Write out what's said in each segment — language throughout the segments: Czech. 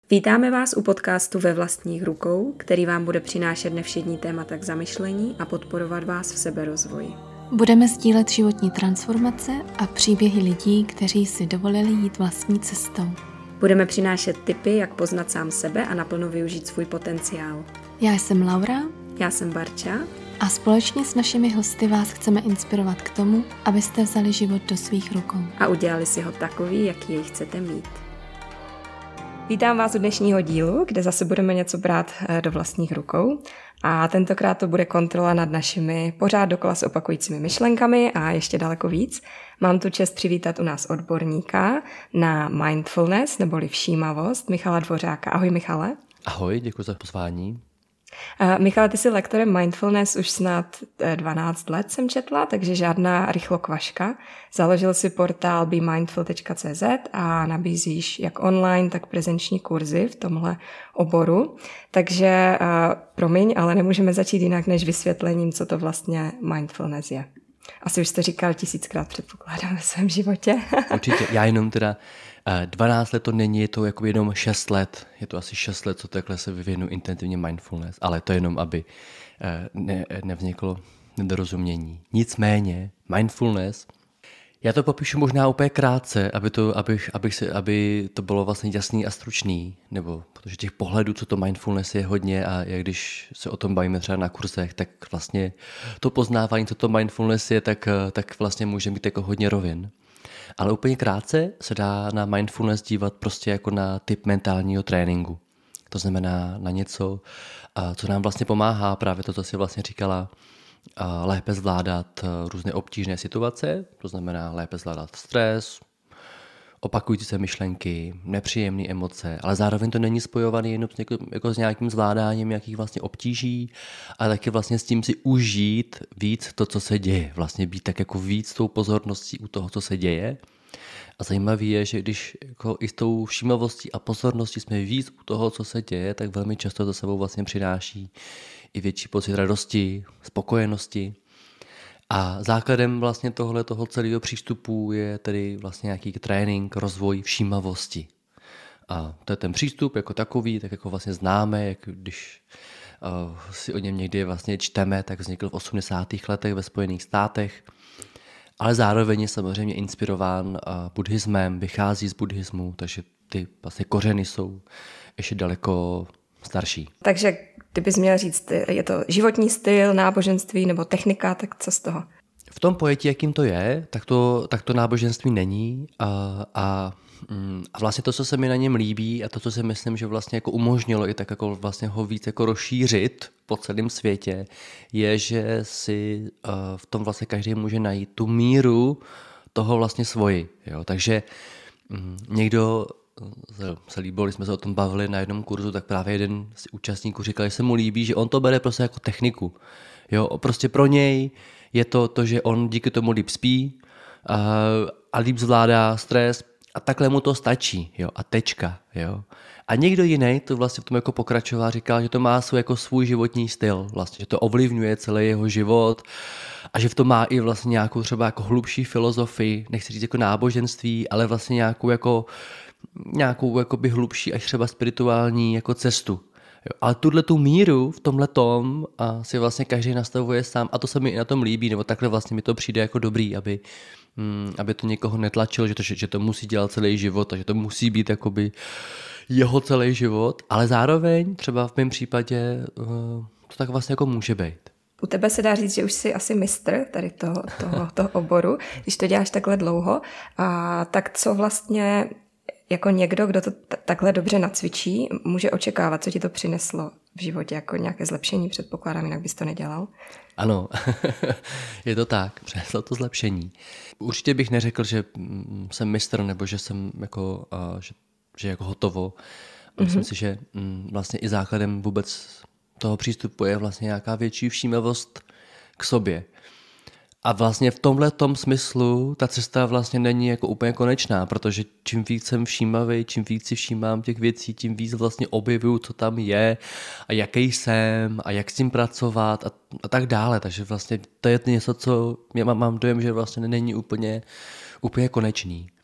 Vítáme vás u podcastu Ve vlastních rukou, který vám bude přinášet nevšední témata k zamyšlení a podporovat vás v seberozvoji. Budeme sdílet životní transformace a příběhy lidí, kteří si dovolili jít vlastní cestou. Budeme přinášet tipy, jak poznat sám sebe a naplno využít svůj potenciál. Já jsem Laura. Já jsem Barča. A společně s našimi hosty vás chceme inspirovat k tomu, abyste vzali život do svých rukou. A udělali si ho takový, jaký jej chcete mít. Vítám vás u dnešního dílu, kde zase budeme něco brát do vlastních rukou. A tentokrát to bude kontrola nad našimi pořád dokola se opakujícími myšlenkami a ještě daleko víc. Mám tu čest přivítat u nás odborníka na mindfulness neboli všímavost, Michala Dvořáka. Ahoj Michale. Ahoj, děkuji za pozvání. Michale, ty jsi lektorem mindfulness už snad 12 let jsem četla, takže žádná rychlokvaška. Založil si portál bemindful.cz a nabízíš jak online, tak prezenční kurzy v tomhle oboru. Takže promiň, ale nemůžeme začít jinak než vysvětlením, co to vlastně mindfulness je. Asi už jste říkal 1000krát, předpokládám, ve svém životě. Určitě, já jenom teda 12 let to není, je to jako jenom 6 let. Je to asi 6 let, co takhle se vyvinu intenzivně mindfulness, ale to jenom, aby nevzniklo nedorozumění. Nicméně, mindfulness, já to popíšu možná úplně krátce, aby to bylo vlastně jasný a stručný, nebo protože těch pohledů, co to mindfulness je hodně a jak když se o tom bavíme třeba na kurzech, tak vlastně to poznávání, co to mindfulness je, tak vlastně může mít jako hodně rovin. Ale úplně krátce se dá na mindfulness dívat prostě jako na typ mentálního tréninku. To znamená na něco, co nám vlastně pomáhá, právě to, co jsi vlastně říkala, lépe zvládat různé obtížné situace, to znamená lépe zvládat stres, opakující se myšlenky, nepříjemné emoce, ale zároveň to není spojované jenom jako s nějakým zvládáním nějakých vlastně obtíží, ale taky vlastně s tím si užít víc to, co se děje. Vlastně být tak jako víc tou pozorností u toho, co se děje. A zajímavé je, že když jako i s tou všímavostí a pozorností jsme víc u toho, co se děje, tak velmi často to sebou vlastně přináší i větší pocit radosti, spokojenosti. A základem vlastně toho celého přístupu je tedy vlastně nějaký trénink, rozvoj všímavosti. A to je ten přístup jako takový, tak jako vlastně známe, jak když si o něm někdy vlastně čteme, tak vznikl v 80. letech ve Spojených státech, ale zároveň je samozřejmě inspirován buddhismem, vychází z buddhismu, takže ty vlastně kořeny jsou ještě daleko starší. Takže kdybys měl říct, je to životní styl, náboženství nebo technika, tak co z toho? V tom pojetí, jakým to je, tak to náboženství není a vlastně to, co se mi na něm líbí a to, co si myslím, že vlastně jako umožnilo i tak jako vlastně ho víc jako rozšířit po celém světě, je, že si v tom vlastně každý může najít tu míru toho vlastně svoji. Jo? Takže někdo se líbilo, když jsme se o tom bavili na jednom kurzu, tak právě jeden z účastníků říkal, že se mu líbí, že on to bere prostě jako techniku. Jo? Prostě pro něj je to, že on díky tomu líp spí a líp zvládá stres a takhle mu to stačí. Jo? A tečka. Jo? A někdo jiný to vlastně v tom jako pokračoval, říkal, že to má svůj životní styl, vlastně, že to ovlivňuje celý jeho život a že v tom má i vlastně nějakou třeba jako hlubší filozofii, nechci říct jako náboženství, ale vlastně nějakou jakoby hlubší až třeba spirituální jako cestu. Jo, ale tu míru v tomhletom si vlastně každý nastavuje sám a to se mi i na tom líbí, nebo takhle vlastně mi to přijde jako dobrý, aby to někoho netlačilo, že to musí dělat celý život a že to musí být jakoby jeho celý život, ale zároveň třeba v mém případě to tak vlastně jako může být. U tebe se dá říct, že už jsi asi mistr tady toho oboru, když to děláš takhle dlouho. Tak co vlastně jako někdo, kdo to takhle dobře nacvičí, může očekávat, co ti to přineslo v životě, jako nějaké zlepšení, předpokládám, jinak bys to nedělal? Ano, je to tak, přineslo to zlepšení. Určitě bych neřekl, že jsem mistr, nebo že jsem jako, že jako hotovo. Myslím si, že vlastně i základem vůbec toho přístupu je vlastně nějaká větší všímavost k sobě. A vlastně v tomhletom smyslu ta cesta vlastně není jako úplně konečná, protože čím víc jsem všímavý, čím víc si všímám těch věcí, tím víc vlastně objevuju, co tam je a jaký jsem a jak s tím pracovat a tak dále. Takže vlastně to je něco, co já mám dojem, že vlastně není úplně konečný.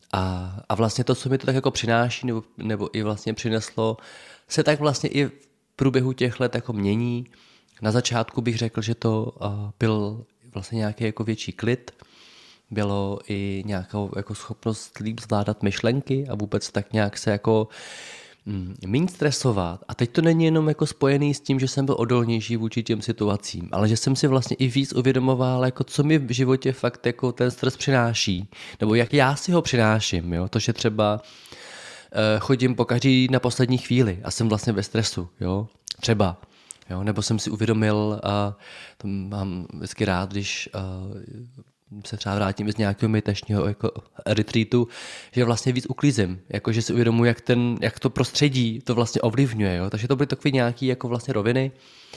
A vlastně to, co mi to tak jako přináší, nebo i vlastně přineslo, se tak vlastně i v průběhu těch let jako mění. Na začátku bych řekl, že to byl vlastně nějaký jako větší klid, bylo i nějakou jako schopnost líp zvládat myšlenky a vůbec tak nějak se jako méně stresovat. A teď to není jenom jako spojený s tím, že jsem byl odolnější vůči těm situacím, ale že jsem si vlastně i víc uvědomoval, jako co mi v životě fakt jako ten stres přináší, nebo jak já si ho přináším. Jo? To, že třeba chodím pokaždý na poslední chvíli a jsem vlastně ve stresu. Jo? Třeba. Jo? Nebo jsem si uvědomil, a to mám vždycky rád, když se třeba vrátím z nějakého meditačního jako retreatu, že vlastně víc uklízím, jako že si uvědomuji, jak to prostředí to vlastně ovlivňuje, jo? Takže to byly takové nějaké jako vlastně roviny.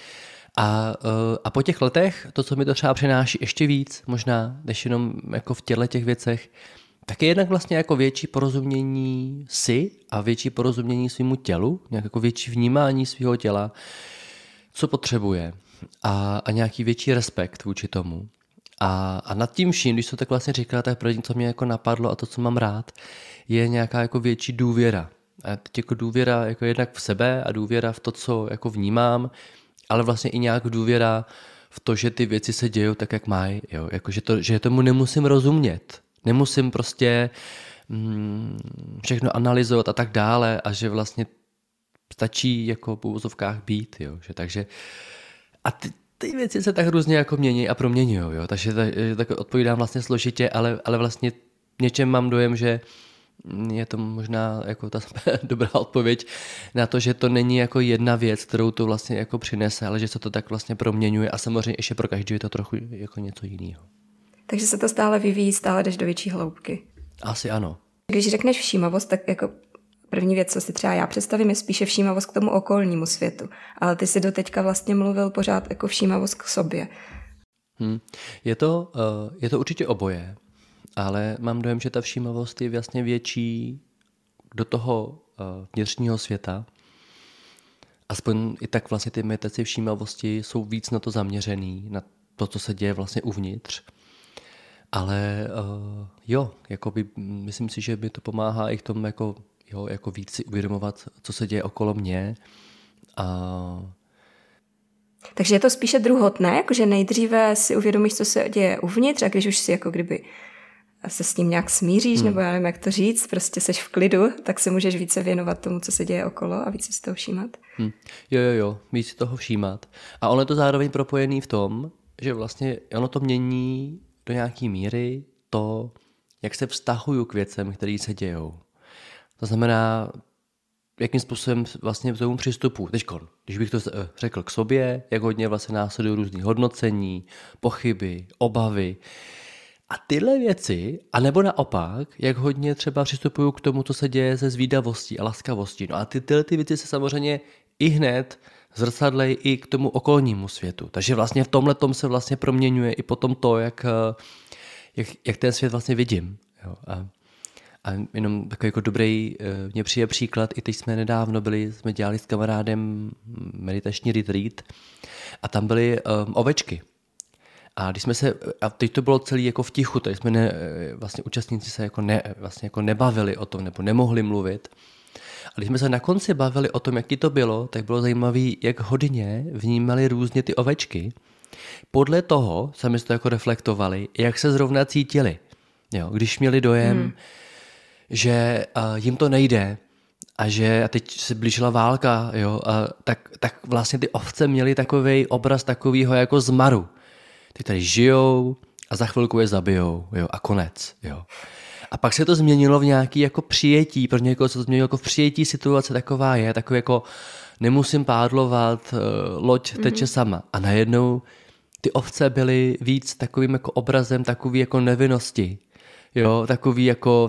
A po těch letech, to, co mi to třeba přináší ještě víc, možná, než jenom jako v těchto těch věcech, tak je jednak vlastně jako větší porozumění si a větší porozumění svýmu tělu, nějak jako větší vnímání svého těla, co potřebuje a nějaký větší respekt vůči tomu. A nad tím vším, když to tak vlastně říkala, tak první, co mě jako napadlo a to, co mám rád, je nějaká jako větší důvěra. A teď jako důvěra jako jednak v sebe a důvěra v to, co jako vnímám, ale vlastně i nějak důvěra v to, že ty věci se dějou tak, jak mají. Jako, že tomu nemusím rozumět. Nemusím prostě všechno analyzovat a tak dále a že vlastně stačí jako v uvozovkách být. Jo? Že takže a ty věci se tak různě jako mění a proměňují, jo. Takže tak odpovídám vlastně složitě, ale vlastně v něčem mám dojem, že je to možná jako ta dobrá odpověď na to, že to není jako jedna věc, kterou to vlastně jako přinese, ale že se to tak vlastně proměňuje a samozřejmě ještě pro každý je to trochu jako něco jiného. Takže se to stále vyvíjí, stále jdeš do větší hloubky. Asi ano. Když řekneš všímavost, tak jako první věc, co si třeba já představím, je spíše všímavost k tomu okolnímu světu. Ale ty si doteďka vlastně mluvil pořád jako všímavost k sobě. Je to určitě oboje, ale mám dojem, že ta všímavost je vlastně větší do toho vnitřního světa. Aspoň i tak vlastně ty meditace všímavosti jsou víc na to zaměřený, na to, co se děje vlastně uvnitř. Ale jakoby, myslím si, že mi to pomáhá i k tomu jako víc si uvědomovat, co se děje okolo mě. Takže je to spíše druhotné, jakože nejdříve si uvědomíš, co se děje uvnitř a když už si jako kdyby se s tím nějak smíříš, nebo já nevím, jak to říct, prostě seš v klidu, tak se můžeš více věnovat tomu, co se děje okolo a více si toho všímat. Jo, víc si toho všímat. A ono je to zároveň propojený v tom, že vlastně ono to mění do nějaký míry to, jak se vztahuju k věcem, které se dějou. To znamená, jakým způsobem vlastně k tomu přistupu. Teďkon, když bych to řekl k sobě, jak hodně vlastně následují různý hodnocení, pochyby, obavy. A tyhle věci, anebo naopak, jak hodně třeba přistupuju k tomu, co se děje se zvídavostí a laskavostí. No a tyhle věci se samozřejmě i hned zrcadlejí i k tomu okolnímu světu. Takže vlastně v tomhletom se vlastně proměňuje i potom to, jak ten svět vlastně vidím. Jo. A jenom takový jako dobrý, mně přijde příklad, i teď jsme dělali s kamarádem meditační retreat a tam byly ovečky. A teď to bylo celý jako v tichu, tady jsme vlastně účastníci se jako nebavili o tom, nebo nemohli mluvit. A když jsme se na konci bavili o tom, jaký to bylo, tak bylo zajímavé, jak hodně vnímali různě ty ovečky. Podle toho sami si to jako reflektovali, jak se zrovna cítili. Jo, když měli dojem, že jim to nejde a teď se blížila válka, jo, tak vlastně ty ovce měly takovej obraz takovýho jako zmaru. Ty tady žijou a za chvilku je zabijou, jo, a konec, jo. A pak se to změnilo v nějaký jako přijetí, pro někoho se to změnilo jako v přijetí situace taková je, takový jako nemusím pádlovat, loď teče sama. A najednou ty ovce byly víc takovým jako obrazem takový jako nevinnosti, jo, takový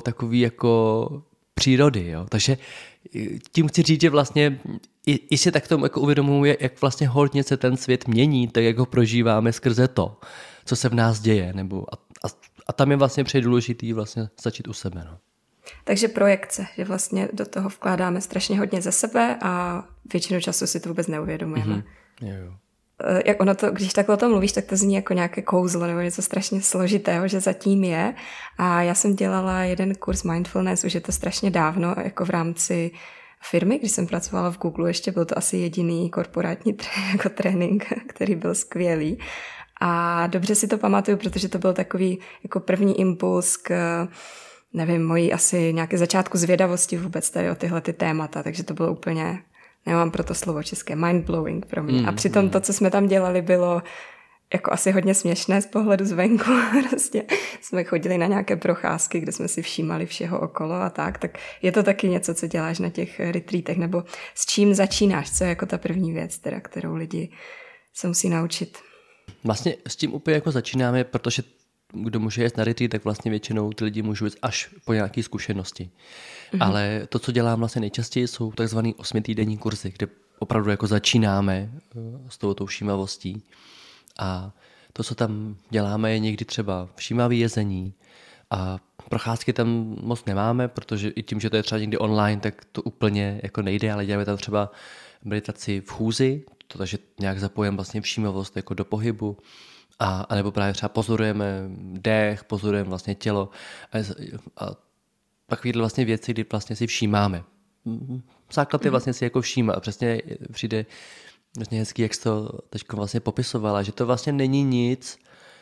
jako přírody, jo. Takže tím chci říct, že vlastně i si tak tomu jako uvědomuje, jak vlastně hodně se ten svět mění, tak jak ho prožíváme skrze to, co se v nás děje, nebo a tam je vlastně důležitý vlastně začít u sebe. No. Takže projekce, že vlastně do toho vkládáme strašně hodně ze sebe a většinu času si to vůbec neuvědomujeme. Jo. jak ono to, když takhle o tom mluvíš, tak to zní jako nějaké kouzlo nebo něco strašně složitého, že zatím je. A já jsem dělala jeden kurz mindfulness, už je to strašně dávno, jako v rámci firmy, když jsem pracovala v Google, ještě byl to asi jediný korporátní jako trénink, který byl skvělý. A dobře si to pamatuju, protože to byl takový jako první impuls k, nevím, mojí asi nějaké začátku zvědavosti vůbec tady o tyhle ty témata, takže to bylo úplně, nemám pro to slovo české, mind-blowing pro mě. A přitom to, co jsme tam dělali, bylo jako asi hodně směšné z pohledu zvenku. Prostě jsme chodili na nějaké procházky, kde jsme si všímali všeho okolo a tak je to taky něco, co děláš na těch retreatech, nebo s čím začínáš, co je jako ta první věc, teda, kterou lidi se musí naučit. Vlastně s tím úplně jako začínáme, protože kdo může jet na retreat, tak vlastně většinou ty lidi můžou jít až po nějaké zkušenosti. Ale to, co dělám vlastně nejčastěji, jsou takzvaný 8týdenní kurzy, kde opravdu jako začínáme s tou všímavostí. A to, co tam děláme, je někdy třeba všímavé jezení a procházky tam moc nemáme, protože i tím, že to je třeba někdy online, tak to úplně jako nejde, ale děláme tam třeba meditaci v chůzi, takže nějak zapojím vlastně všímavost jako do pohybu, a nebo právě třeba pozorujeme dech, pozorujeme vlastně tělo a takovýhle vlastně věci, kdy vlastně si všímáme. Základ je vlastně si jako všímat. Přesně přijde vlastně hezký, jak jsi to teď vlastně popisovala, že to vlastně není nic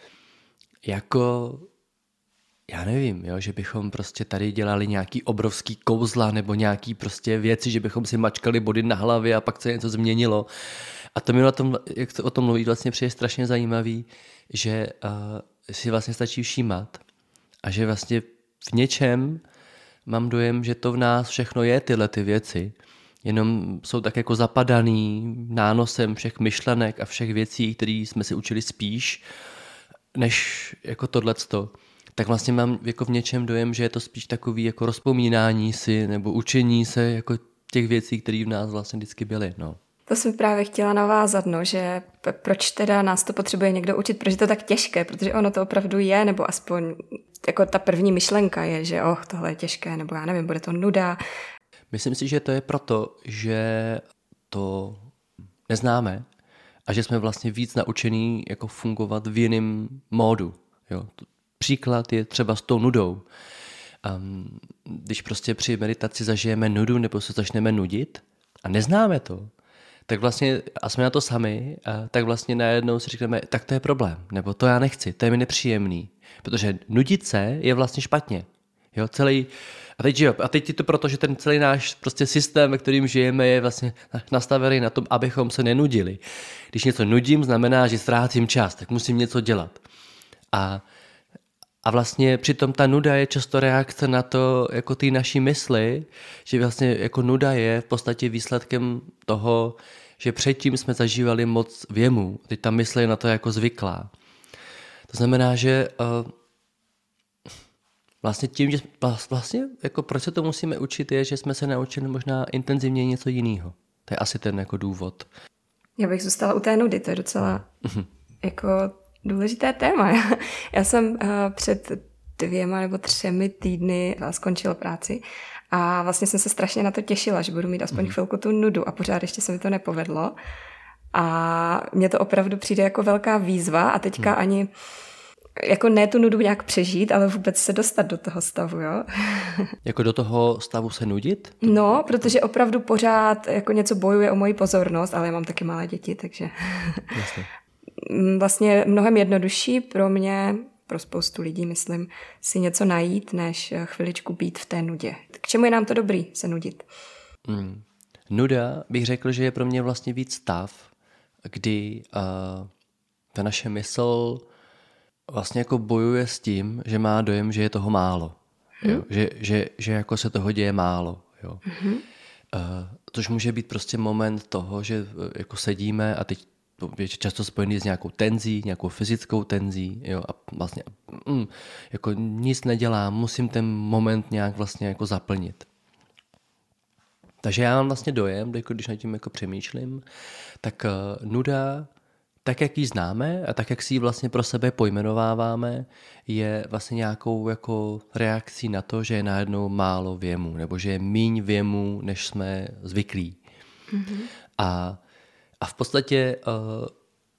jako, já nevím, jo, že bychom prostě tady dělali nějaký obrovský kouzla nebo nějaký prostě věci, že bychom si mačkali body na hlavě a pak se něco změnilo. A to mi na tom, jak to o tom mluví, vlastně přijde strašně zajímavý, že si vlastně stačí všímat a že vlastně v něčem mám dojem, že to v nás všechno je tyhle ty věci, jenom jsou tak jako zapadaný nánosem všech myšlenek a všech věcí, které jsme si učili spíš, než jako tohleto. Tak vlastně mám jako v něčem dojem, že je to spíš takový jako rozpomínání si nebo učení se jako těch věcí, které v nás vlastně vždycky byly. No. To jsem právě chtěla navázat, no, že proč teda nás to potřebuje někdo učit, proč je to tak těžké, protože ono to opravdu je, nebo aspoň jako ta první myšlenka je, že tohle je těžké, nebo já nevím, bude to nuda. Myslím si, že to je proto, že to neznáme a že jsme vlastně víc naučení jako fungovat v jiném módu. Jo. Příklad je třeba s tou nudou. Když prostě při meditaci zažijeme nudu nebo se začneme nudit a neznáme to, tak vlastně, a jsme na to sami, tak vlastně najednou si říkáme, tak to je problém, nebo to já nechci, to je mi nepříjemný, protože nudit se je vlastně špatně. Jo, a teď je to proto, že ten celý náš prostě systém, ve kterým žijeme, je vlastně nastavený na tom, abychom se nenudili. Když něco nudím, znamená, že ztrácím čas, tak musím něco dělat. A vlastně přitom ta nuda je často reakce na to, jako ty naší mysli, že vlastně jako nuda je v podstatě výsledkem toho, že předtím jsme zažívali moc věmů. Teď ta mysl je na to jako zvyklá. To znamená, že vlastně tím, že vlastně jako proč se to musíme učit, je, že jsme se naučili možná intenzivně něco jiného. To je asi ten jako důvod. Já bych zůstala u té nudy, to je docela jako důležité téma. Já jsem před 2 nebo 3 týdny skončila práci a vlastně jsem se strašně na to těšila, že budu mít aspoň chvilku tu nudu a pořád ještě se mi to nepovedlo. A mně to opravdu přijde jako velká výzva a teďka ani jako ne tu nudu nějak přežít, ale vůbec se dostat do toho stavu, jo. Jako do toho stavu se nudit? No, protože opravdu pořád jako něco bojuje o moji pozornost, ale já mám taky malé děti, takže Jasně. Vlastně mnohem jednodušší pro mě, pro spoustu lidí, myslím, si něco najít, než chviličku být v té nudě. K čemu je nám to dobrý se nudit? Nuda bych řekl, že je pro mě vlastně víc stav, kdy ta naše mysl vlastně jako bojuje s tím, že má dojem, že je toho málo. Jo? Že jako se toho děje málo. Jo? Což může být prostě moment toho, že jako sedíme a teď je často spojený s nějakou tenzí, nějakou fyzickou tenzí, jo, a vlastně jako nic nedělám, musím ten moment nějak vlastně jako zaplnit. Takže já mám vlastně dojem, když nad tím jako přemýšlím, tak nuda, tak jak ji známe a tak jak si ji vlastně pro sebe pojmenováváme, je vlastně nějakou jako reakcí na to, že je najednou málo věmu, nebo že je míň věmu, než jsme zvyklí. A v podstatě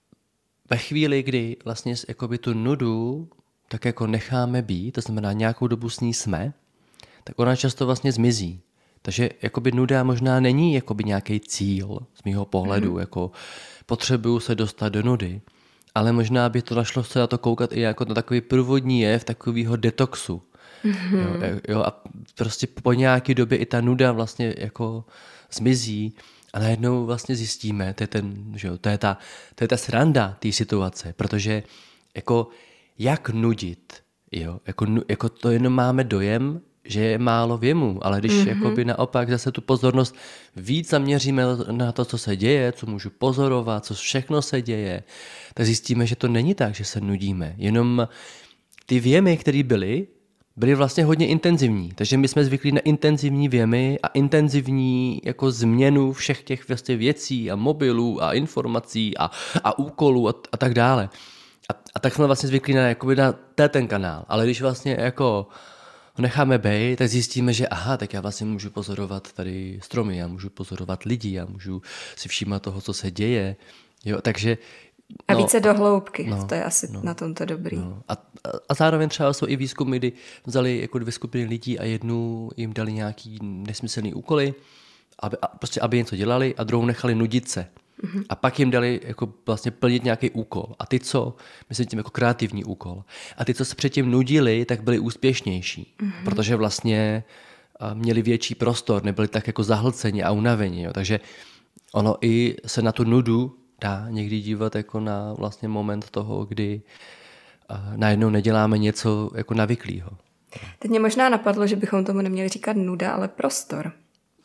ve chvíli, kdy vlastně jakoby tu nudu tak jako necháme být, to znamená nějakou dobu s ní jsme, tak ona často vlastně zmizí. Takže jakoby nuda možná není jakoby nějaký cíl z mýho pohledu, jako potřebuju se dostat do nudy, ale možná by to našlo se na to koukat i jako na takový průvodní jev takového detoxu. Jo, a prostě po nějaké době i ta nuda vlastně jako zmizí a najednou vlastně zjistíme, to je ta sranda té situace, protože jako jak nudit, jo, jako to jenom máme dojem, že je málo věmu, ale když jakoby naopak zase tu pozornost víc zaměříme na to, co se děje, co můžu pozorovat, co všechno se děje, tak zjistíme, že to není tak, že se nudíme. Jenom ty věmy, které byly vlastně hodně intenzivní. Takže my jsme zvyklí na intenzivní věmy a intenzivní jako změnu všech těch vlastně věcí a mobilů a informací a úkolů a tak dále. A tak jsme vlastně zvyklí na ten kanál. Ale když vlastně jako necháme bejt, tak zjistíme, že aha, tak já vlastně můžu pozorovat tady stromy, já můžu pozorovat lidi, já můžu si všímat toho, co se děje. Jo, takže a více do hloubky, to je asi na tomto dobrý. A zároveň třeba jsou i výzkumy, kdy vzali jako 2 skupiny lidí a jednu jim dali nějaký nesmyslný úkoly, aby něco dělali a druhou nechali nudit se. A pak jim dali jako vlastně plnit nějaký úkol. A ty, co, myslím tím jako kreativní úkol, a ty, co se předtím nudili, tak byli úspěšnější, protože vlastně měli větší prostor, nebyli tak jako zahlceni a unaveni. Jo. Takže ono i se na tu nudu dá někdy dívat jako na vlastně moment toho, kdy najednou neděláme něco jako navyklýho. Teď mě možná napadlo, že bychom tomu neměli říkat nuda, ale prostor.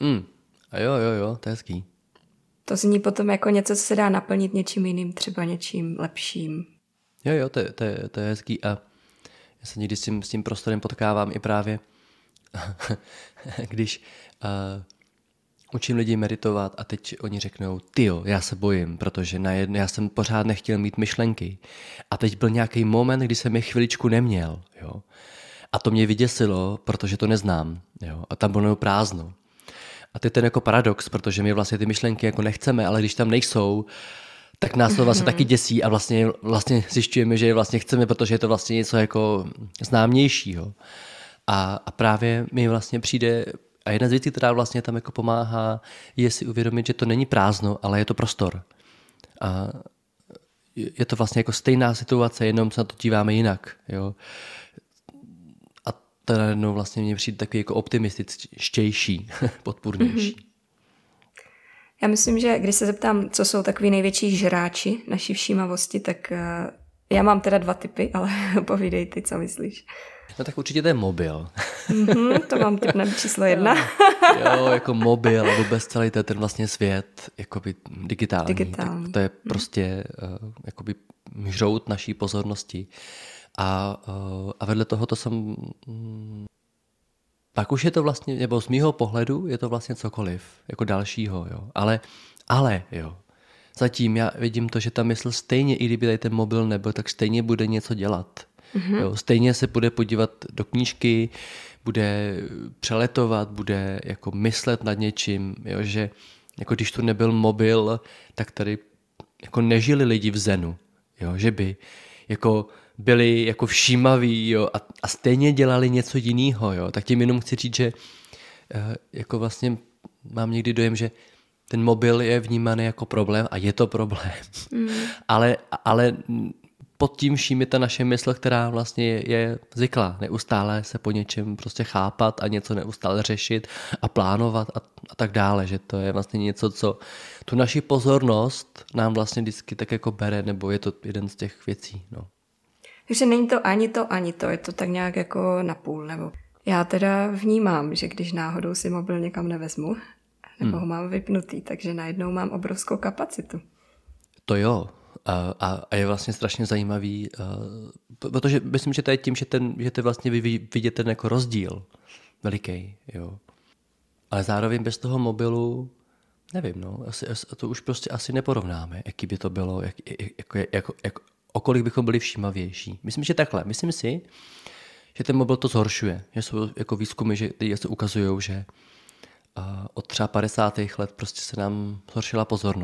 A jo, to je hezký. To zní potom jako něco, co se dá naplnit něčím jiným, třeba něčím lepším. Jo, to je hezký a já se někdy s tím prostorem potkávám i právě, když učím lidi meditovat a teď oni řeknou, tyjo, já se bojím, protože já jsem pořád nechtěl mít myšlenky a teď byl nějaký moment, kdy jsem je chviličku neměl, jo. A to mě vyděsilo, protože to neznám, jo. A tam bylo prázdno. A to je ten jako paradox, protože my vlastně ty myšlenky jako nechceme, ale když tam nejsou, tak nás to vlastně taky děsí a vlastně zjišťujeme, že je vlastně chceme, protože je to vlastně něco jako známějšího. A právě mi vlastně přijde, a jedna z věcí, která vlastně tam jako pomáhá, je si uvědomit, že to není prázdno, ale je to prostor. A je to vlastně jako stejná situace, jenom se na to díváme jinak, jo. To najednou vlastně mě přijde takový jako optimističtější, podpůrnější. Já myslím, že když se zeptám, co jsou takový největší žráči naší všímavosti, tak já mám teda 2 typy, ale povídej ty, co myslíš. No tak určitě to je mobil. To mám typ na číslo 1. Jo, jako mobil a vůbec celý ten vlastně svět jakoby digitální. To je prostě jakoby žrout naší pozornosti. A vedle toho to jsem... Pak už je to vlastně, nebo z mýho pohledu je to vlastně cokoliv, jako dalšího, jo. Ale, jo. Zatím já vidím to, že ta mysl stejně, i kdyby tady ten mobil nebyl, tak stejně bude něco dělat. Jo. Stejně se bude podívat do knížky, bude přeletovat, bude jako myslet nad něčím, jo, že jako když tu nebyl mobil, tak tady jako nežili lidi v zenu, jo, že by jako byli jako všímaví, jo, a stejně dělali něco jiného, jo. Tak tím jenom chci říct, že jako vlastně mám někdy dojem, že ten mobil je vnímaný jako problém a je to problém. Ale pod tím vším je ta naše mysl, která vlastně je zvyklá neustále se po něčem prostě chápat a něco neustále řešit a plánovat a tak dále, že to je vlastně něco, co tu naši pozornost nám vlastně vždycky tak jako bere, nebo je to jeden z těch věcí, no. Takže není to, je to tak nějak jako napůl, nebo já teda vnímám, že když náhodou si mobil někam nevezmu, nebo ho mám vypnutý, takže najednou mám obrovskou kapacitu. To jo. A je vlastně strašně zajímavý, protože myslím, že to je tím, že to vlastně vidět ten jako rozdíl veliký, jo. Ale zároveň bez toho mobilu, nevím, no, to už prostě asi neporovnáme, jaký by to bylo, o kolik bychom byli všímavější. Myslím, že takhle. Myslím si, že ten mobil to zhoršuje. Že jsou jako výzkumy, že se ukazují, že od třeba 50. let prostě se nám zhoršila pozornost.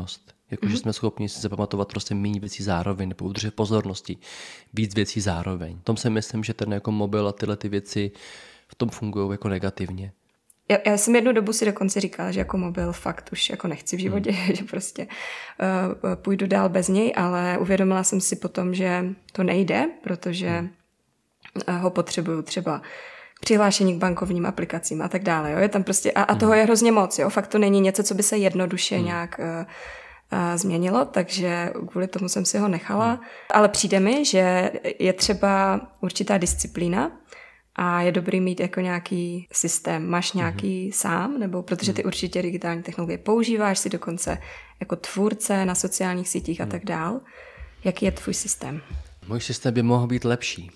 Jakože jsme schopni si zapamatovat prostě méně věcí zároveň nebo udržet pozornosti víc věcí zároveň. V tom si myslím, že ten jako mobil a tyhle ty věci v tom fungují jako negativně. Já jsem jednu dobu si dokonce říkala, že jako mobil fakt už jako nechci v životě, že prostě půjdu dál bez něj, ale uvědomila jsem si potom, že to nejde, protože ho potřebuju třeba přihlášení k bankovním aplikacím a tak dále. Jo? Je tam prostě, a toho je hrozně moc. Jo? Fakt to není něco, co by se jednoduše nějak změnilo, takže kvůli tomu jsem si ho nechala. Ale přijde mi, že je třeba určitá disciplína a je dobrý mít jako nějaký systém. Máš nějaký sám? Nebo protože ty určitě digitální technologie používáš, si dokonce jako tvůrce na sociálních sítích a tak dál. Jaký je tvůj systém? Můj systém by mohl být lepší.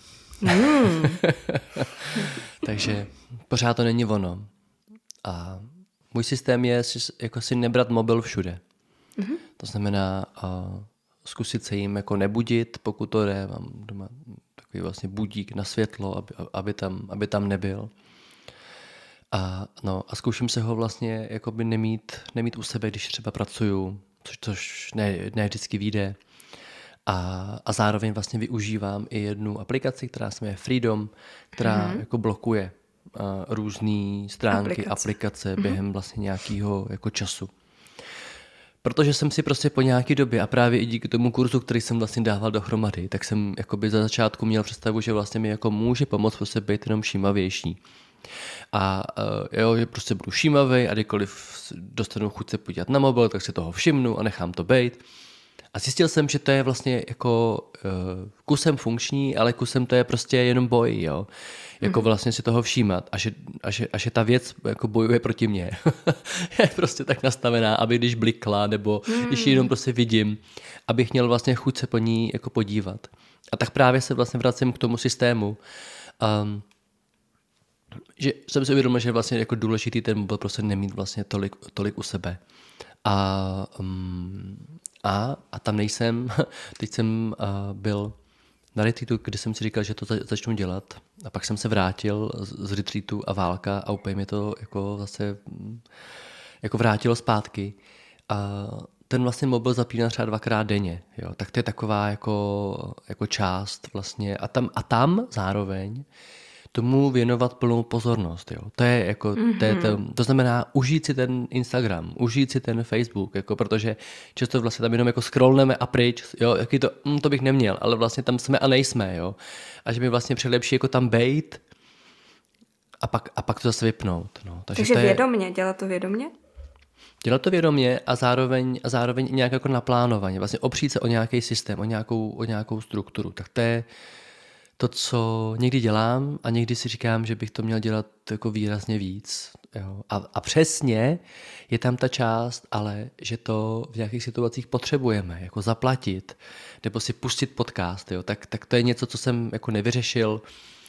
Takže pořád to není ono. A můj systém je jako si nebrat mobil všude. To znamená zkusit se jim jako nebudit, pokud to jde. Mám doma takový vlastně budík na světlo, aby tam nebyl. A zkouším se ho vlastně jakoby nemít u sebe, když třeba pracuju, což ne vždycky vyjde. A zároveň vlastně využívám i jednu aplikaci, která se jmenuje Freedom, která jako blokuje různé stránky, aplikace během vlastně nějakého jako času. Protože jsem si prostě po nějaké době a právě i díky tomu kurzu, který jsem vlastně dával dohromady, tak jsem jakoby za začátku měl představu, že vlastně mi jako může pomoct prostě být jenom všímavější. A že prostě budu všímavý a kdykoliv dostanu chuť se podívat na mobil, tak si toho všimnu a nechám to bejt. A zjistil jsem, že to je vlastně jako kusem funkční, ale kusem to je prostě jenom boj, jo. Jako vlastně si toho všímat a že ta věc jako bojuje proti mně. Je prostě tak nastavená, aby když blikla nebo když ji jenom prostě vidím, abych měl vlastně chuť se po ní jako podívat. A tak právě se vlastně vracím k tomu systému, že jsem si uvědomil, že je vlastně jako důležitý ten mobil prostě nemít vlastně tolik u sebe. A tam nejsem, teď jsem byl na retreatu, kde jsem si říkal, že to začnu dělat a pak jsem se vrátil z retreatu a válka a úplně mi to jako zase jako vrátilo zpátky a ten vlastně mobil zapínal třeba 2x denně, jo, tak to je taková jako část vlastně a tam zároveň tomu věnovat plnou pozornost. Jo. To je jako, to znamená užít si ten Instagram, užít si ten Facebook, jako, protože často vlastně tam jenom jako scrollneme a pryč, jo, jaký to bych neměl, ale vlastně tam jsme a nejsme, jo. A že mi vlastně přelepší jako tam bejt a pak to zase vypnout. No. Takže vědomě, dělat to vědomě? Dělat to vědomě a zároveň nějak jako naplánovaně, vlastně opřít se o nějaký systém, o nějakou strukturu. Tak to je to, co někdy dělám a někdy si říkám, že bych to měl dělat jako výrazně víc. Jo. A přesně je tam ta část, ale že to v nějakých situacích potřebujeme, jako zaplatit, nebo si pustit podcast. Jo. Tak to je něco, co jsem jako nevyřešil.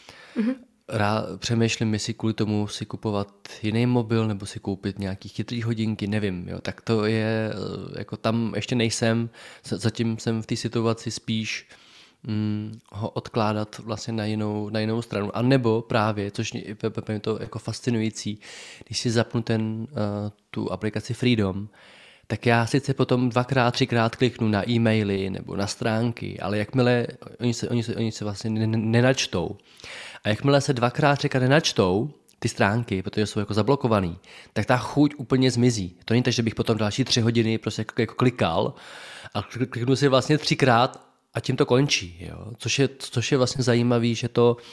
Přemýšlím, jestli kvůli tomu si kupovat jiný mobil, nebo si koupit nějaký chytrý hodinky, nevím. Jo. Tak to je, jako tam ještě nejsem, zatím jsem v té situaci spíš ho odkládat vlastně na jinou stranu. A nebo právě, což je to jako fascinující, když si zapnu tu aplikaci Freedom, tak já sice potom 2x, 3x kliknu na e-maily nebo na stránky, ale jakmile oni se vlastně nenačtou. A jakmile se 2x, 3x nenačtou ty stránky, protože jsou jako zablokovaný, tak ta chuť úplně zmizí. To není tak, že bych potom další 3 hodiny prostě jako klikal a kliknu si vlastně 3x a tím to končí, jo? Což je vlastně zajímavý, že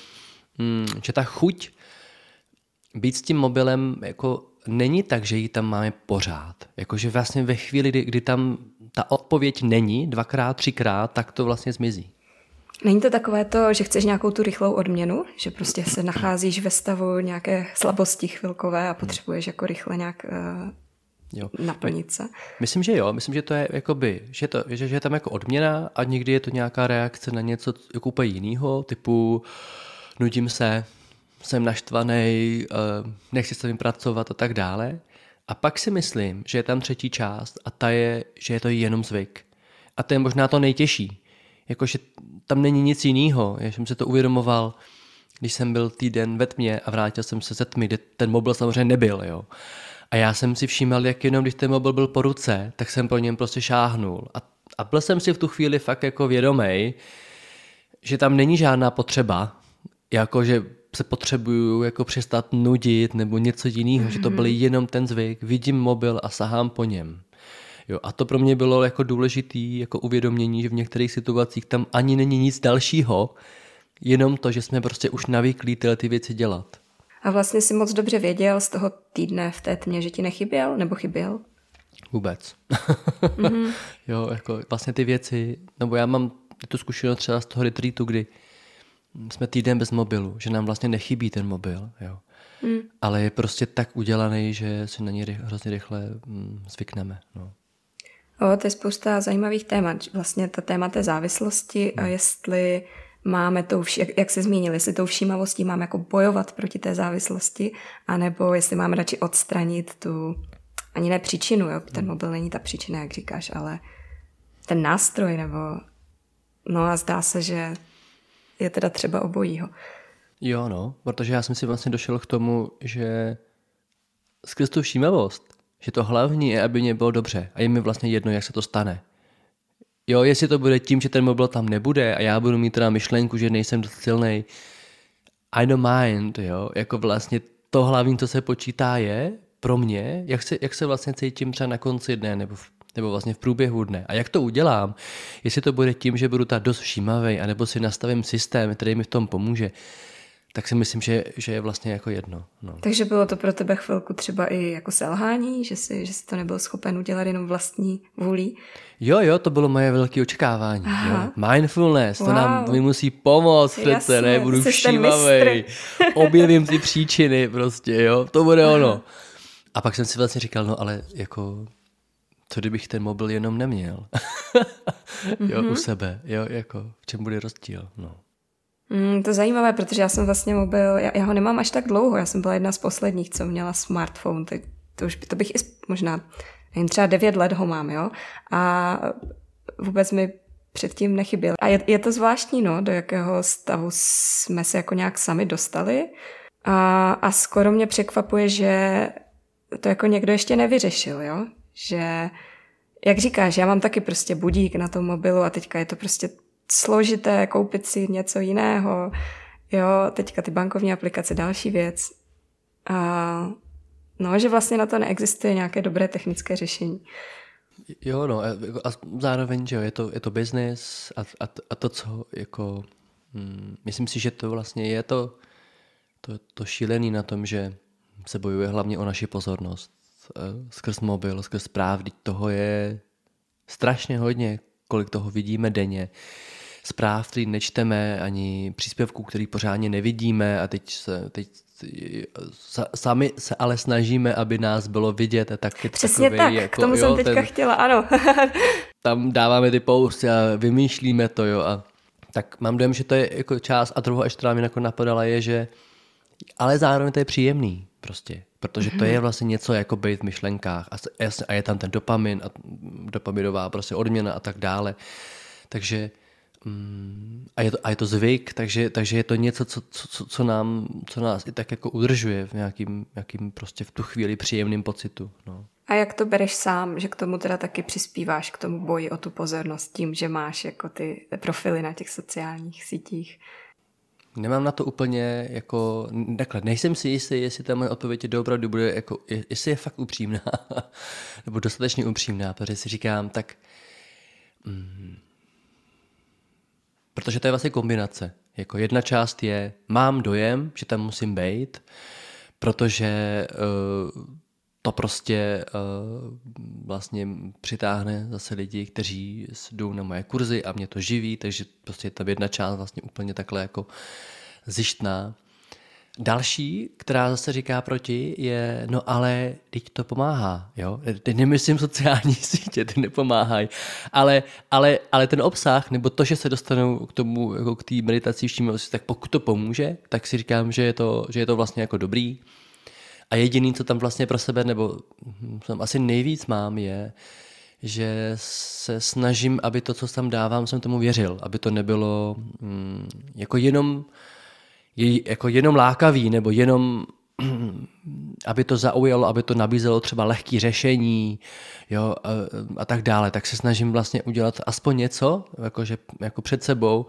ta chuť být s tím mobilem jako není tak, že ji tam máme pořád. Jakože vlastně ve chvíli, kdy tam ta odpověď není 2x, 3x, tak to vlastně zmizí. Není to takové to, že chceš nějakou tu rychlou odměnu? Že prostě se nacházíš ve stavu nějaké slabosti chvilkové a potřebuješ jako rychle nějak naplnit se? Myslím, že jo. Myslím, že to je jakoby, že je tam jako odměna a někdy je to nějaká reakce na něco jako úplně jinýho, typu nudím se, jsem naštvaný, nechci s tím pracovat a tak dále. A pak si myslím, že je tam třetí část a ta je, že je to jenom zvyk. A to je možná to nejtěžší. Jakože tam není nic jiného. Já jsem se to uvědomoval, když jsem byl týden ve tmě a vrátil jsem se ze tmy, kde ten mobil samozřejmě nebyl. Jo. A já jsem si všímal, jak jenom když ten mobil byl po ruce, tak jsem po něm prostě šáhnul. A byl jsem si v tu chvíli fakt jako vědomej, že tam není žádná potřeba, jako že se potřebuju jako přestat nudit nebo něco jiného, že to byl jenom ten zvyk, vidím mobil a sahám po něm. Jo, a to pro mě bylo jako důležitý jako uvědomění, že v některých situacích tam ani není nic dalšího, jenom to, že jsme prostě už navyklí tyhle ty věci dělat. A vlastně si moc dobře věděl z toho týdne v té tmě, že ti nechyběl nebo chyběl? Vůbec. Jo, jako vlastně ty věci, nebo já mám tu zkušenost třeba z toho retreatu, kdy jsme týden bez mobilu, že nám vlastně nechybí ten mobil, jo. Ale je prostě tak udělaný, že si na něj hrozně rychle zvykneme. No. To je spousta zajímavých témat. Vlastně ta téma té závislosti a jestli máme to, jak se zmínil, jestli tou všímavostí máme jako bojovat proti té závislosti, anebo jestli máme radši odstranit tu, ani ne příčinu, jo? Ten mobil není ta příčina, jak říkáš, ale ten nástroj, nebo no a zdá se, že je teda třeba obojího. Jo, no, protože já jsem si vlastně došel k tomu, že skrz tu všímavost, že to hlavní je, aby mě bylo dobře a je mi vlastně jedno, jak se to stane. Jo, jestli to bude tím, že ten mobil tam nebude a já budu mít teda myšlenku, že nejsem dost silnej, I don't mind, jo, jako vlastně to hlavní, co se počítá je pro mě, jak se vlastně cítím třeba na konci dne nebo vlastně v průběhu dne. A jak to udělám, jestli to bude tím, že budu tak dost všímavý, anebo si nastavím systém, který mi v tom pomůže, tak si myslím, že je vlastně jako jedno. No. Takže bylo to pro tebe chvilku třeba i jako selhání, že jsi to nebyl schopen udělat jenom vlastní vůlí? Jo, to bylo moje velké očekávání. Jo. Mindfulness, to nám musí pomoct, přece, ne, budu všímavej, objevím ty příčiny prostě, jo, to bude ono. A pak jsem si vlastně říkal, no ale jako, co kdybych ten mobil jenom neměl? Jo, u sebe, jo, jako, v čem bude rozdíl, no. To je zajímavé, protože já jsem vlastně mobil, já ho nemám až tak dlouho, já jsem byla jedna z posledních, co měla smartphone, to bych i možná, nevím, třeba 9 let ho mám, jo, a vůbec mi předtím nechyběl. A je to zvláštní, no, do jakého stavu jsme se jako nějak sami dostali a skoro mě překvapuje, že to jako někdo ještě nevyřešil, jo, že, jak říkáš, já mám taky prostě budík na tom mobilu a teďka je to prostě složité koupit si něco jiného, jo, teďka ty bankovní aplikace, další věc. A no, že vlastně na to neexistuje nějaké dobré technické řešení. Jo, no, a zároveň, že jo, je to business a to, co jako, myslím si, že to vlastně je to šílený na tom, že se bojuje hlavně o naši pozornost. Skrz mobil, skrz zpráv, toho je strašně hodně, kolik toho vidíme denně. Zpráv, který nečteme, ani příspěvků, který pořádně nevidíme a teď sami se ale snažíme, aby nás bylo vidět. A tak přesně takovej, tak, jako, k tomu jsem teďka chtěla, ano. Tam dáváme ty posty a vymýšlíme to, jo. A tak mám dojem, že to je jako část a druhá, ještě která mi jako napadala, je, že ale zároveň to je příjemný prostě, protože to je vlastně něco jako být v myšlenkách a je tam ten dopamin a dopaminová prostě odměna a tak dále. Takže a je to zvyk, takže je to něco, co nás i tak jako udržuje v nějakým prostě v tu chvíli příjemným pocitu. No. A jak to bereš sám, že k tomu teda taky přispíváš k tomu boji o tu pozornost tím, že máš jako ty profily na těch sociálních sítích? Nemám na to úplně jako, takhle, nejsem si jistý, jestli ta moje odpověď doopravdy bude jako, jestli je fakt upřímná, nebo dostatečně upřímná, protože si říkám, tak protože to je vlastně kombinace. Jako jedna část je, mám dojem, že tam musím být, protože to prostě vlastně přitáhne zase lidi, kteří jdou na moje kurzy a mě to živí, takže prostě je tam jedna část vlastně úplně takhle jako zjištná. Další, která zase říká proti, je, no ale teď to pomáhá, jo? Teď nemyslím sociální sítě, ty nepomáhají, ale ten obsah, nebo to, že se dostanou k tomu, jako k té meditaci všímavosti, tak pokud to pomůže, tak si říkám, že je to vlastně jako dobrý. A jediný, co tam vlastně pro sebe, nebo tam asi nejvíc mám, je, že se snažím, aby to, co tam dávám, jsem tomu věřil, aby to nebylo jako jenom lákavý, nebo jenom aby to zaujalo, aby to nabízelo třeba lehké řešení, jo, a tak dále, tak se snažím vlastně udělat aspoň něco, jako před sebou,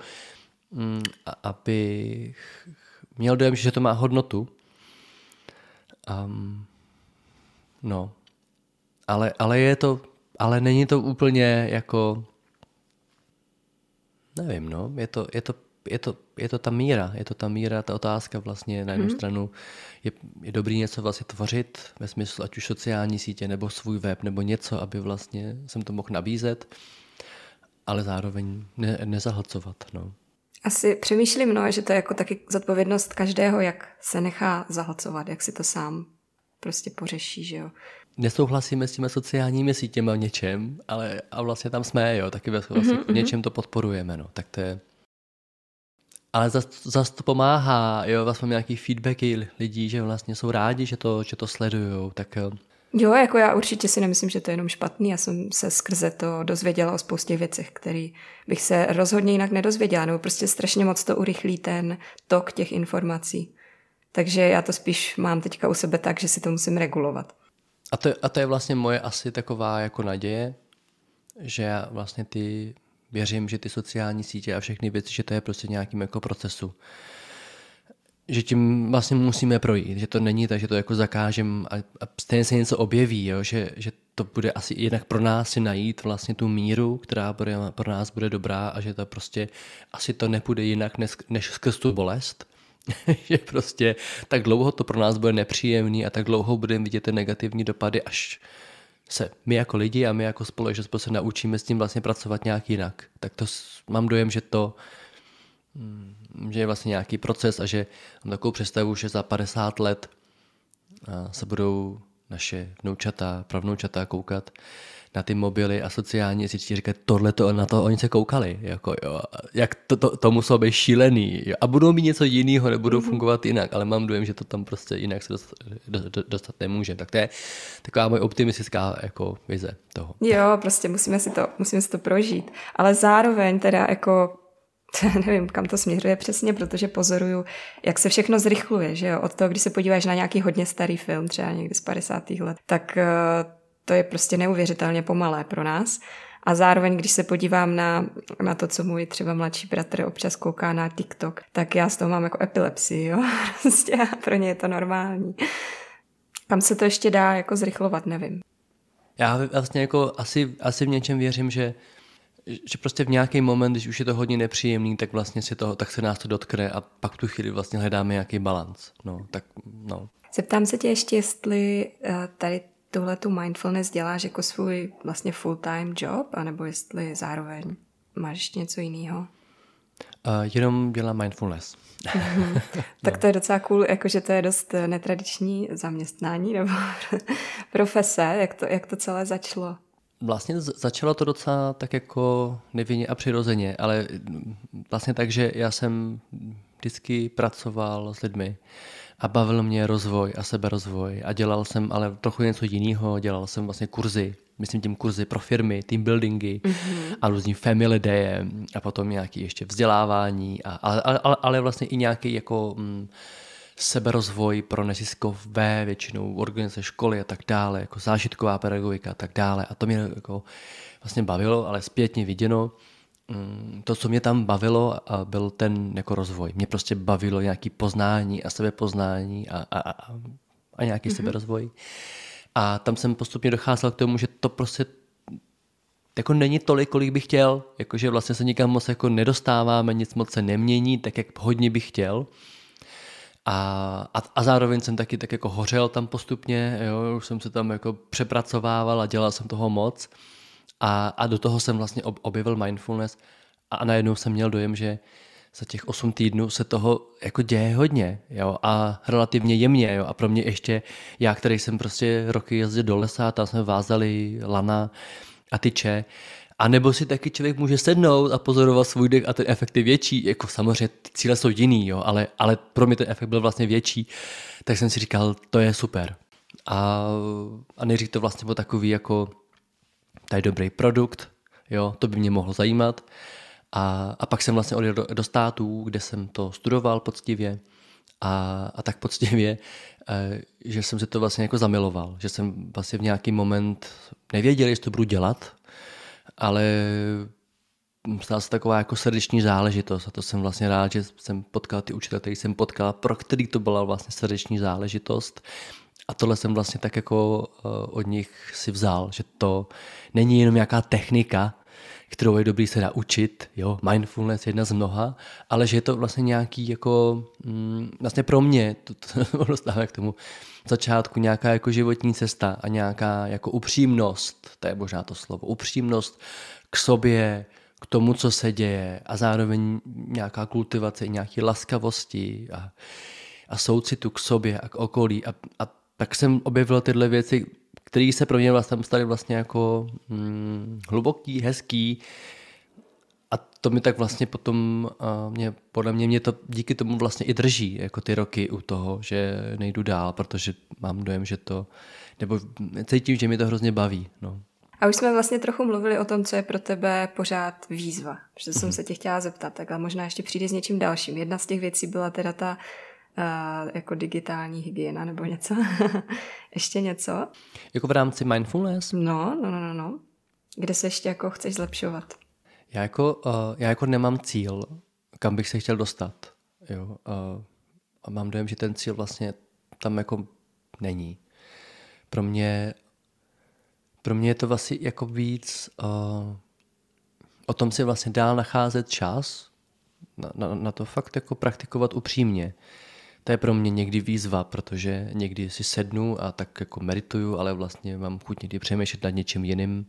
aby měl dojem, že to má hodnotu. No, ale není to úplně jako, nevím, no, je to ta míra, ta otázka vlastně na jednu stranu. Je dobrý něco vlastně tvořit ve smyslu, ať už sociální sítě, nebo svůj web, nebo něco, aby vlastně jsem to mohl nabízet, ale zároveň nezahlcovat, no. Asi přemýšlím, no, že to je jako taky zodpovědnost každého, jak se nechá zahlcovat, jak si to sám prostě pořeší, že jo. Nesouhlasíme s těmi sociálními sítěmi o něčem, ale a vlastně tam jsme, jo, taky vlastně něčem to podporujeme, no, tak to je. Ale zas to pomáhá, jo, vlastně nějaký feedbacky lidí, že vlastně jsou rádi, že to sledujou, tak. Jo, jako já určitě si nemyslím, že to je jenom špatný, já jsem se skrze to dozvěděla o spoustě věcech, které bych se rozhodně jinak nedozvěděla, nebo prostě strašně moc to urychlí ten tok těch informací. Takže já to spíš mám teďka u sebe tak, že si to musím regulovat. A to je vlastně moje asi taková jako naděje, že já vlastně věřím, že ty sociální sítě a všechny věci, že to je prostě nějakým jako procesu. Že tím vlastně musíme projít, že to není tak, že to jako zakážem a stejně se něco objeví, jo? Že to bude asi jinak pro nás si najít vlastně tu míru, která pro nás bude dobrá a že to prostě asi to nepůjde jinak než skrz tu bolest. Že prostě tak dlouho to pro nás bude nepříjemný a tak dlouho budeme vidět ty negativní dopady, až se my jako lidi a my jako společnost se naučíme s tím vlastně pracovat nějak jinak. Tak to mám dojem, že je vlastně nějaký proces a že mám takovou představu, že za 50 let se budou naše vnoučata, pravnoučata koukat na ty mobily a sociální sítě, říkat na to oni se koukali, jako jo, jak to muselo být šílený, jo, a budou mít něco jiného, nebudou fungovat jinak, ale mám dojem, že to tam prostě jinak se dostat nemůže, tak to je taková moje optimistická jako vize toho. Jo, prostě musíme si to prožít, ale zároveň teda jako nevím, kam to směřuje přesně, protože pozoruju, jak se všechno zrychluje, že jo, od toho, když se podíváš na nějaký hodně starý film, třeba někdy z 50. let, tak to je prostě neuvěřitelně pomalé pro nás. A zároveň, když se podívám na to, co můj třeba mladší bratr občas kouká na TikTok, tak já z toho mám jako epilepsii, jo. Prostě pro ně je to normální. Kam se to ještě dá jako zrychlovat, nevím. Já vlastně jako asi v něčem věřím, že prostě v nějaký moment, když už je to hodně nepříjemný, tak vlastně tak se nás to dotkne a pak v tu chvíli vlastně hledáme nějaký balanc. No. Zeptám se tě ještě, jestli tady tuhletu mindfulness děláš jako svůj vlastně full-time job, anebo jestli zároveň máš ještě něco jiného? Jenom dělám mindfulness. Tak to je docela cool, jakože to je dost netradiční zaměstnání nebo profese, jak to celé začalo? Vlastně začalo to docela tak jako nevinně a přirozeně, ale vlastně tak, že já jsem vždycky pracoval s lidmi a bavil mě rozvoj a seberozvoj a dělal jsem ale trochu něco jiného, dělal jsem vlastně kurzy, myslím tím kurzy pro firmy, team buildingy a různý family day a potom nějaký ještě vzdělávání, ale vlastně i nějaký jako seberozvoj pro neziskové, většinou organizace školy a tak dále, jako zážitková pedagogika a tak dále. A to mě jako vlastně bavilo, ale zpětně viděno, to, co mě tam bavilo, byl ten jako rozvoj. Mě prostě bavilo nějaký poznání a sebepoznání a nějaký seberozvoj. A tam jsem postupně docházel k tomu, že to prostě jako není tolik, kolik bych chtěl, jakože vlastně se nikam moc jako nedostáváme, nic moc se nemění, tak jak hodně bych chtěl. A zároveň jsem taky tak jako hořel tam postupně, jo, už jsem se tam jako přepracovával a dělal jsem toho moc a do toho jsem vlastně objevil mindfulness a najednou jsem měl dojem, že za těch 8 týdnů se toho jako děje hodně, jo, a relativně jemně, jo, a pro mě ještě já, který jsem prostě roky jezdil do lesa, tam jsme vázali lana a tyče. A nebo si taky člověk může sednout a pozorovat svůj dech a ten efekt je větší. Jako samozřejmě ty cíle jsou jiný, jo, ale pro mě ten efekt byl vlastně větší. Tak jsem si říkal, to je super. A nejdřív to vlastně byl takový jako tady dobrý produkt, jo, to by mě mohlo zajímat. A pak jsem vlastně odjel do států, kde jsem to studoval poctivě a tak poctivě že jsem si to vlastně jako zamiloval, že jsem vlastně v nějaký moment nevěděl, jestli to budu dělat, ale stala se taková jako srdeční záležitost a to jsem vlastně rád, že jsem potkal ty učitele, který jsem potkal, pro který to byla vlastně srdeční záležitost. A tohle jsem vlastně tak jako od nich si vzal, že to není jenom nějaká technika, kterou je dobrý se naučit, jo, mindfulness je jedna z mnoha, ale že je to vlastně nějaký jako, vlastně pro mě, to dostáváme k tomu začátku, nějaká jako životní cesta a nějaká jako upřímnost, to je možná to slovo, upřímnost k sobě, k tomu, co se děje a zároveň nějaká kultivace, nějaké laskavosti a soucitu k sobě a k okolí a tak jsem objevil tyhle věci, které se pro mě vlastně staly vlastně jako hluboký, hezký a to mi tak vlastně potom, podle mě to díky tomu vlastně i drží, jako ty roky u toho, že nejdu dál, protože mám dojem, že to, nebo cítím, že mi to hrozně baví, no. A už jsme vlastně trochu mluvili o tom, co je pro tebe pořád výzva. Že jsem se tě chtěla zeptat, tak a možná ještě přijde s něčím dalším. Jedna z těch věcí byla teda ta jako digitální hygiena nebo něco. Ještě něco? Jako v rámci mindfulness? No. Kde se ještě jako chceš zlepšovat? Já jako nemám cíl, kam bych se chtěl dostat. Jo? A mám dojem, že ten cíl vlastně tam jako není. Pro mě je to vlastně jako víc o tom si vlastně dál nacházet čas na to fakt jako praktikovat upřímně. To je pro mě někdy výzva, protože někdy si sednu a tak jako medituju, ale vlastně mám chuť někdy přemýšlet nad něčím jiným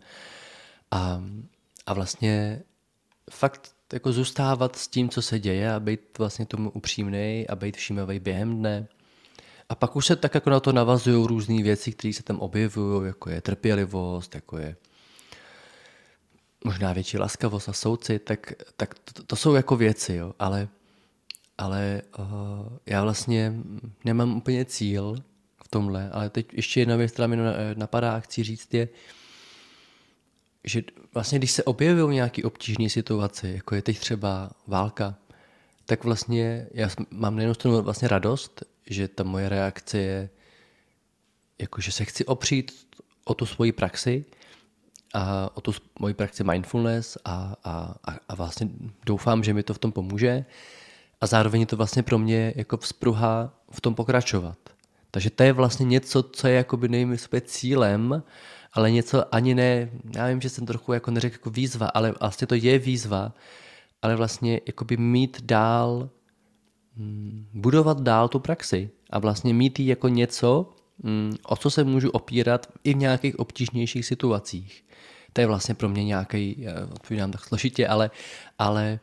a vlastně fakt jako zůstávat s tím, co se děje a být vlastně tomu upřímnej a být všímavý během dne. A pak už se tak jako na to navazují různé věci, které se tam objevují, jako je trpělivost, jako je možná větší laskavost a soucit, tak to jsou jako věci, jo, ale já vlastně nemám úplně cíl v tomhle, ale teď ještě jedna věc, která mi napadá a chci říct je, že vlastně když se objevují nějaké obtížné situace, jako je teď třeba válka, tak vlastně já mám nejenom z toho vlastně radost, že ta moje reakce je, jako že se chci opřít o tu svoji praxi a o tu moji praxi mindfulness a vlastně doufám, že mi to v tom pomůže a zároveň je to vlastně pro mě jako vzpruha v tom pokračovat. Takže to je vlastně něco, co je jakoby nevím sobě cílem, ale něco ani ne, já vím, že jsem trochu jako neřekl jako výzva, ale vlastně to je výzva, ale vlastně jakoby mít dál, budovat dál tu praxi a vlastně mít jí jako něco, o co se můžu opírat i v nějakých obtížnějších situacích. To je vlastně pro mě nějaký, já odpovídám tak složitě, ale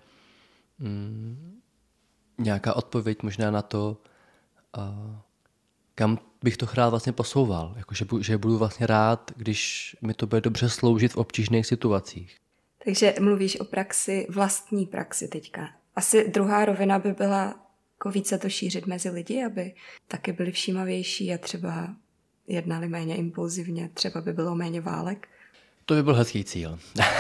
nějaká odpověď možná na to, kam bych to rád vlastně posouval. Jako, že budu vlastně rád, když mi to bude dobře sloužit v obtížných situacích. Takže mluvíš o praxi, vlastní praxi teďka. Asi druhá rovina by byla jako více to šířit mezi lidi, aby taky byli všímavější a třeba jednali méně impulzivně, třeba by bylo méně válek. To by byl hezký cíl.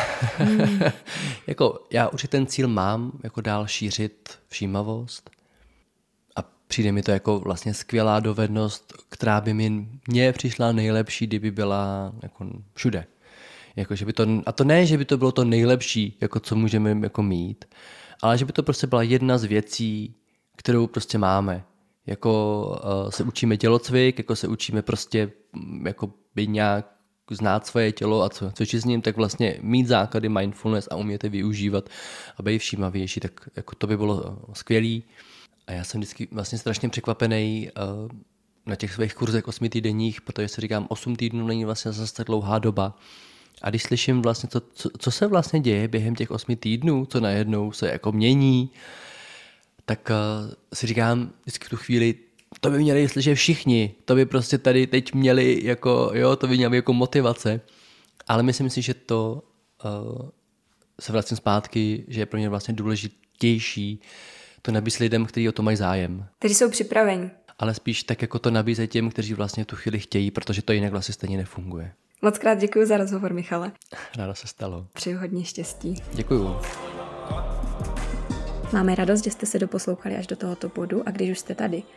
Jako, já určitě ten cíl mám, jako dál šířit všímavost a přijde mi to jako vlastně skvělá dovednost, která by mně přišla nejlepší, kdyby byla jako všude. Jako, že by to, a to ne, že by to bylo to nejlepší, jako co můžeme jako mít, ale že by to prostě byla jedna z věcí, kterou prostě máme. Jako se učíme tělocvik, jako se učíme prostě jako být nějak znát svoje tělo a co s ním, tak vlastně mít základy mindfulness a umět je využívat a být všímavější, tak jako to by bylo skvělý. A já jsem vždycky vlastně strašně překvapený na těch svých kurzech 8 týdenních, protože si říkám, 8 týdnů není vlastně zase dlouhá doba. A když slyším vlastně, co se vlastně děje během těch 8 týdnů, co najednou se jako mění, tak si říkám vždycky v tu chvíli, to by měli slyšet všichni, to by prostě tady teď měli jako, jo, to by měli jako motivace, ale myslím si, že to se vracím zpátky, že je pro mě vlastně důležitější to nabízet lidem, kteří o to mají zájem. Kteří jsou připraveni. Ale spíš tak jako to nabízet těm, kteří vlastně tu chvíli chtějí, protože to jinak vlastně stejně nefunguje. Moc krát děkuji za rozhovor, Michale. Ráda se stalo. Přeju hodně štěstí. Děkuju. Máme radost, že jste se doposlouchali až do tohoto bodu a když už jste tady,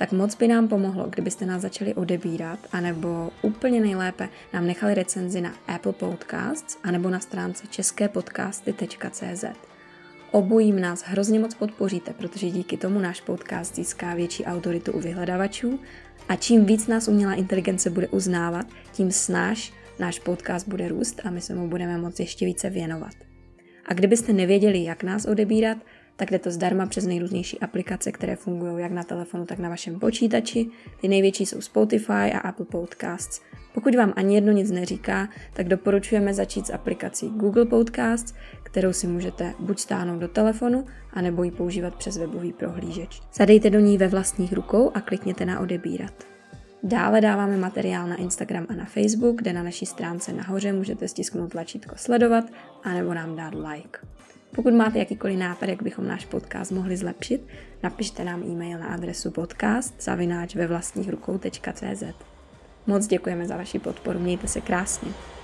tak moc by nám pomohlo, kdybyste nás začali odebírat, anebo úplně nejlépe nám nechali recenzi na Apple Podcasts, anebo na stránce česképodcasty.cz. Obojím nás hrozně moc podpoříte, protože díky tomu náš podcast získá větší autoritu u vyhledavačů a čím víc nás umělá inteligence bude uznávat, tím snáš náš podcast bude růst a my se mu budeme moci ještě více věnovat. A kdybyste nevěděli, jak nás odebírat, tak jde to zdarma přes nejrůznější aplikace, které fungují jak na telefonu, tak na vašem počítači. Ty největší jsou Spotify a Apple Podcasts. Pokud vám ani jedno nic neříká, tak doporučujeme začít s aplikací Google Podcasts, kterou si můžete buď stáhnout do telefonu, anebo ji používat přes webový prohlížeč. Zadejte do ní ve vlastních rukou a klikněte na odebírat. Dále dáváme materiál na Instagram a na Facebook, kde na naší stránce nahoře můžete stisknout tlačítko sledovat, anebo nám dát like. Pokud máte jakýkoliv nápad, jak bychom náš podcast mohli zlepšit, napište nám e-mail na adresu podcast@vevlastnichrukou.cz. Moc děkujeme za vaši podporu, mějte se krásně.